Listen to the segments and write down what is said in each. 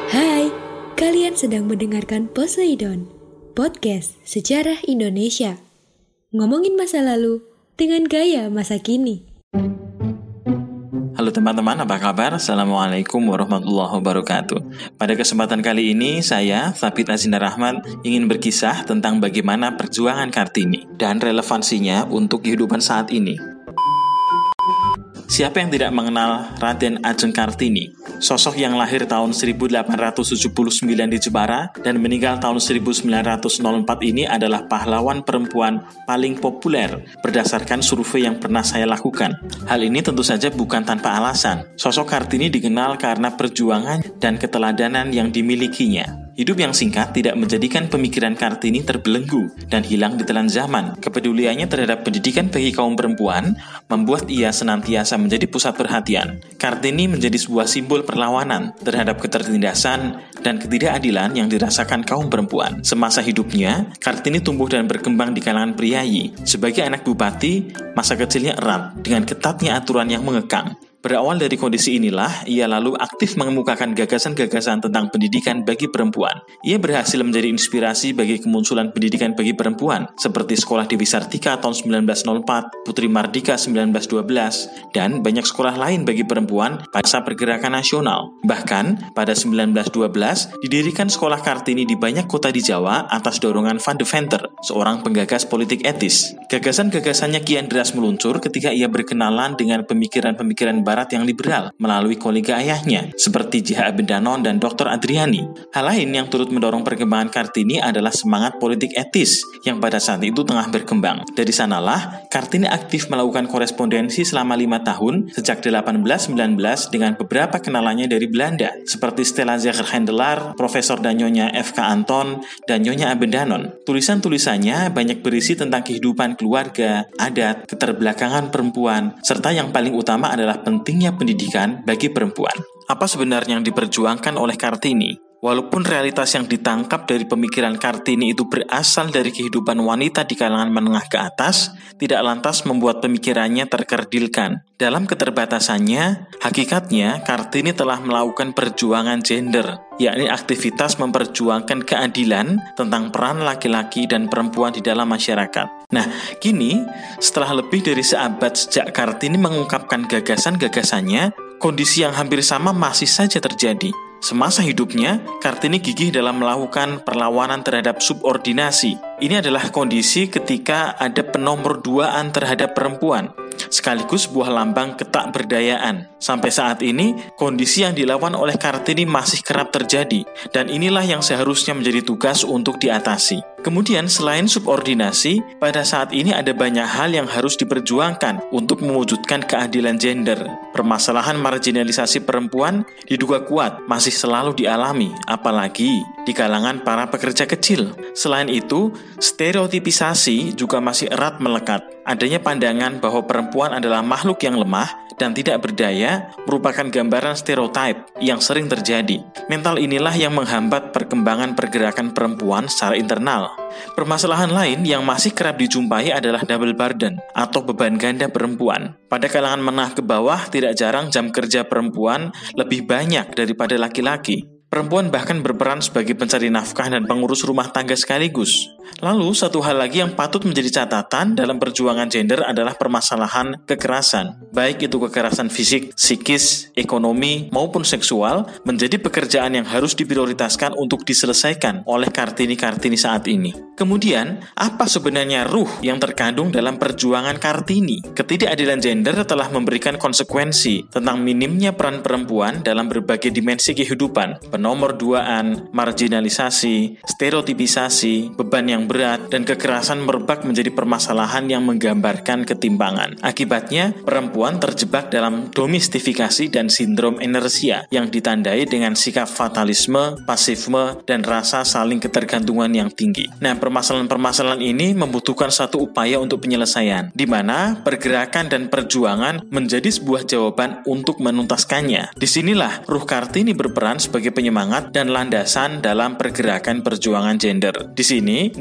Hai, kalian sedang mendengarkan Poseidon, podcast sejarah Indonesia. Ngomongin masa lalu dengan gaya masa kini. Halo teman-teman, apa kabar? Assalamualaikum warahmatullahi wabarakatuh. Pada kesempatan kali ini, saya, Thabit Azindar Rahmat, ingin berkisah tentang bagaimana perjuangan Kartini dan relevansinya untuk kehidupan saat ini. Siapa yang tidak mengenal Raden Ajeng Kartini? Sosok yang lahir tahun 1879 di Jepara dan meninggal tahun 1904 ini adalah pahlawan perempuan paling populer berdasarkan survei yang pernah saya lakukan. Hal ini tentu saja bukan tanpa alasan. Sosok Kartini dikenal karena perjuangan dan keteladanan yang dimilikinya. Hidup yang singkat tidak menjadikan pemikiran Kartini terbelenggu dan hilang di telan zaman. Kepeduliannya terhadap pendidikan bagi kaum perempuan membuat ia senantiasa menjadi pusat perhatian. Kartini menjadi sebuah simbol perlawanan terhadap ketertindasan dan ketidakadilan yang dirasakan kaum perempuan. Semasa hidupnya, Kartini tumbuh dan berkembang di kalangan priayi. Sebagai anak bupati, masa kecilnya erat dengan ketatnya aturan yang mengekang. Berawal dari kondisi inilah, ia lalu aktif mengemukakan gagasan-gagasan tentang pendidikan bagi perempuan. Ia berhasil menjadi inspirasi bagi kemunculan pendidikan bagi perempuan, seperti Sekolah Dewi Sartika tahun 1904, Putri Mardika 1912, dan banyak sekolah lain bagi perempuan pada masa pergerakan nasional. Bahkan, pada 1912, didirikan Sekolah Kartini di banyak kota di Jawa atas dorongan Van de Venter, seorang penggagas politik etis. Gagasan-gagasannya kian deras meluncur ketika ia berkenalan dengan pemikiran-pemikiran Barat yang liberal melalui kolega ayahnya seperti J.H. Abendanon dan Dr. Adriani. Hal lain yang turut mendorong perkembangan Kartini adalah semangat politik etis yang pada saat itu tengah berkembang. Dari sanalah Kartini aktif melakukan korespondensi selama 5 tahun sejak 1819 dengan beberapa kenalannya dari Belanda seperti Stella Zager-Hendelaar, Profesor dan Nyonya F.K. Anton dan Nyonya Abendanon. Tulisan-tulisannya banyak berisi tentang kehidupan keluarga, adat, keterbelakangan perempuan, serta yang paling utama adalah pentingnya pendidikan bagi perempuan. Apa sebenarnya yang diperjuangkan oleh Kartini? Walaupun realitas yang ditangkap dari pemikiran Kartini itu berasal dari kehidupan wanita di kalangan menengah ke atas, tidak lantas membuat pemikirannya terkerdilkan. Dalam keterbatasannya, hakikatnya Kartini telah melakukan perjuangan gender, yakni aktivitas memperjuangkan keadilan tentang peran laki-laki dan perempuan di dalam masyarakat. Nah, kini setelah lebih dari seabad sejak Kartini mengungkapkan gagasan-gagasannya, kondisi yang hampir sama masih saja terjadi. Semasa hidupnya, Kartini gigih dalam melakukan perlawanan terhadap subordinasi. Ini adalah kondisi ketika ada penomorduaan terhadap perempuan, sekaligus sebuah lambang ketakberdayaan. Sampai saat ini, kondisi yang dilawan oleh Kartini masih kerap terjadi, dan inilah yang seharusnya menjadi tugas untuk diatasi. Kemudian, selain subordinasi, pada saat ini ada banyak hal yang harus diperjuangkan untuk mewujudkan keadilan gender. Permasalahan marginalisasi perempuan diduga kuat masih selalu dialami, apalagi di kalangan para pekerja kecil. Selain itu, stereotipisasi juga masih erat melekat. Adanya pandangan bahwa perempuan adalah makhluk yang lemah dan tidak berdaya merupakan gambaran stereotip yang sering terjadi. Mental inilah yang menghambat perkembangan pergerakan perempuan secara internal. Permasalahan lain yang masih kerap dijumpai adalah double burden atau beban ganda perempuan. Pada kalangan menengah ke bawah, tidak jarang jam kerja perempuan lebih banyak daripada laki-laki. Perempuan bahkan berperan sebagai pencari nafkah dan pengurus rumah tangga sekaligus. Lalu, satu hal lagi yang patut menjadi catatan dalam perjuangan gender adalah permasalahan kekerasan. Baik itu kekerasan fisik, psikis, ekonomi, maupun seksual, menjadi pekerjaan yang harus diprioritaskan untuk diselesaikan oleh Kartini-Kartini saat ini. Kemudian, apa sebenarnya ruh yang terkandung dalam perjuangan Kartini? Ketidakadilan gender telah memberikan konsekuensi tentang minimnya peran perempuan dalam berbagai dimensi kehidupan. Penomorduaan, marginalisasi, stereotipisasi, beban yang berat, dan kekerasan merebak menjadi permasalahan yang menggambarkan ketimpangan. Akibatnya, perempuan terjebak dalam domestifikasi dan sindrom inersia yang ditandai dengan sikap fatalisme, pasifme, dan rasa saling ketergantungan yang tinggi. Nah, permasalahan-permasalahan ini membutuhkan satu upaya untuk penyelesaian, di mana pergerakan dan perjuangan menjadi sebuah jawaban untuk menuntaskannya. Disinilah ruh Kartini berperan sebagai penyemangat dan landasan dalam pergerakan perjuangan gender. Di sini,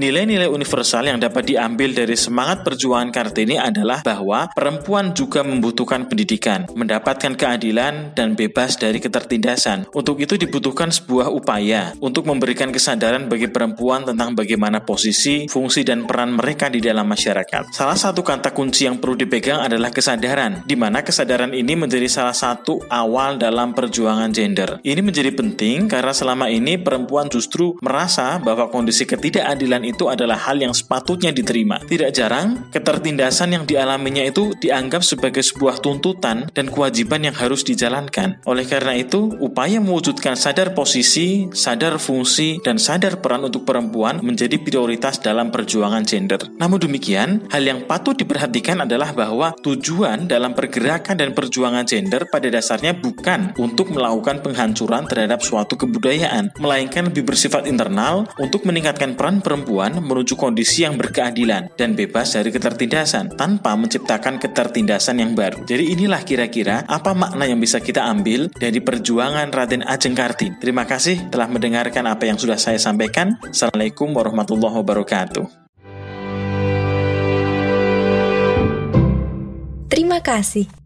nilai-nilai universal yang dapat diambil dari semangat perjuangan Kartini adalah bahwa perempuan juga membutuhkan pendidikan, mendapatkan keadilan, dan bebas dari ketertindasan. Untuk itu dibutuhkan sebuah upaya untuk memberikan kesadaran bagi perempuan tentang bagaimana posisi, fungsi, dan peran mereka di dalam masyarakat. Salah satu kata kunci yang perlu dipegang adalah kesadaran, di mana kesadaran ini menjadi salah satu awal dalam perjuangan gender. Ini menjadi penting karena selama ini perempuan justru merasa bahwa kondisi ketidakadilan itu adalah hal yang sepatutnya diterima. Tidak jarang, ketertindasan yang dialaminya itu dianggap sebagai sebuah tuntutan dan kewajiban yang harus dijalankan. Oleh karena itu, upaya mewujudkan sadar posisi, sadar fungsi, dan sadar peran untuk perempuan menjadi prioritas dalam perjuangan gender. Namun demikian, hal yang patut diperhatikan adalah bahwa tujuan dalam pergerakan dan perjuangan gender pada dasarnya bukan untuk melakukan penghancuran terhadap suatu kebudayaan, melainkan lebih bersifat internal untuk meningkatkan peran perempuan menuju kondisi yang berkeadilan dan bebas dari ketertindasan tanpa menciptakan ketertindasan yang baru. Jadi inilah kira-kira apa makna yang bisa kita ambil dari perjuangan Raden Ajeng Kartini. Terima kasih telah mendengarkan apa yang sudah saya sampaikan. Assalamualaikum warahmatullahi wabarakatuh. Terima kasih.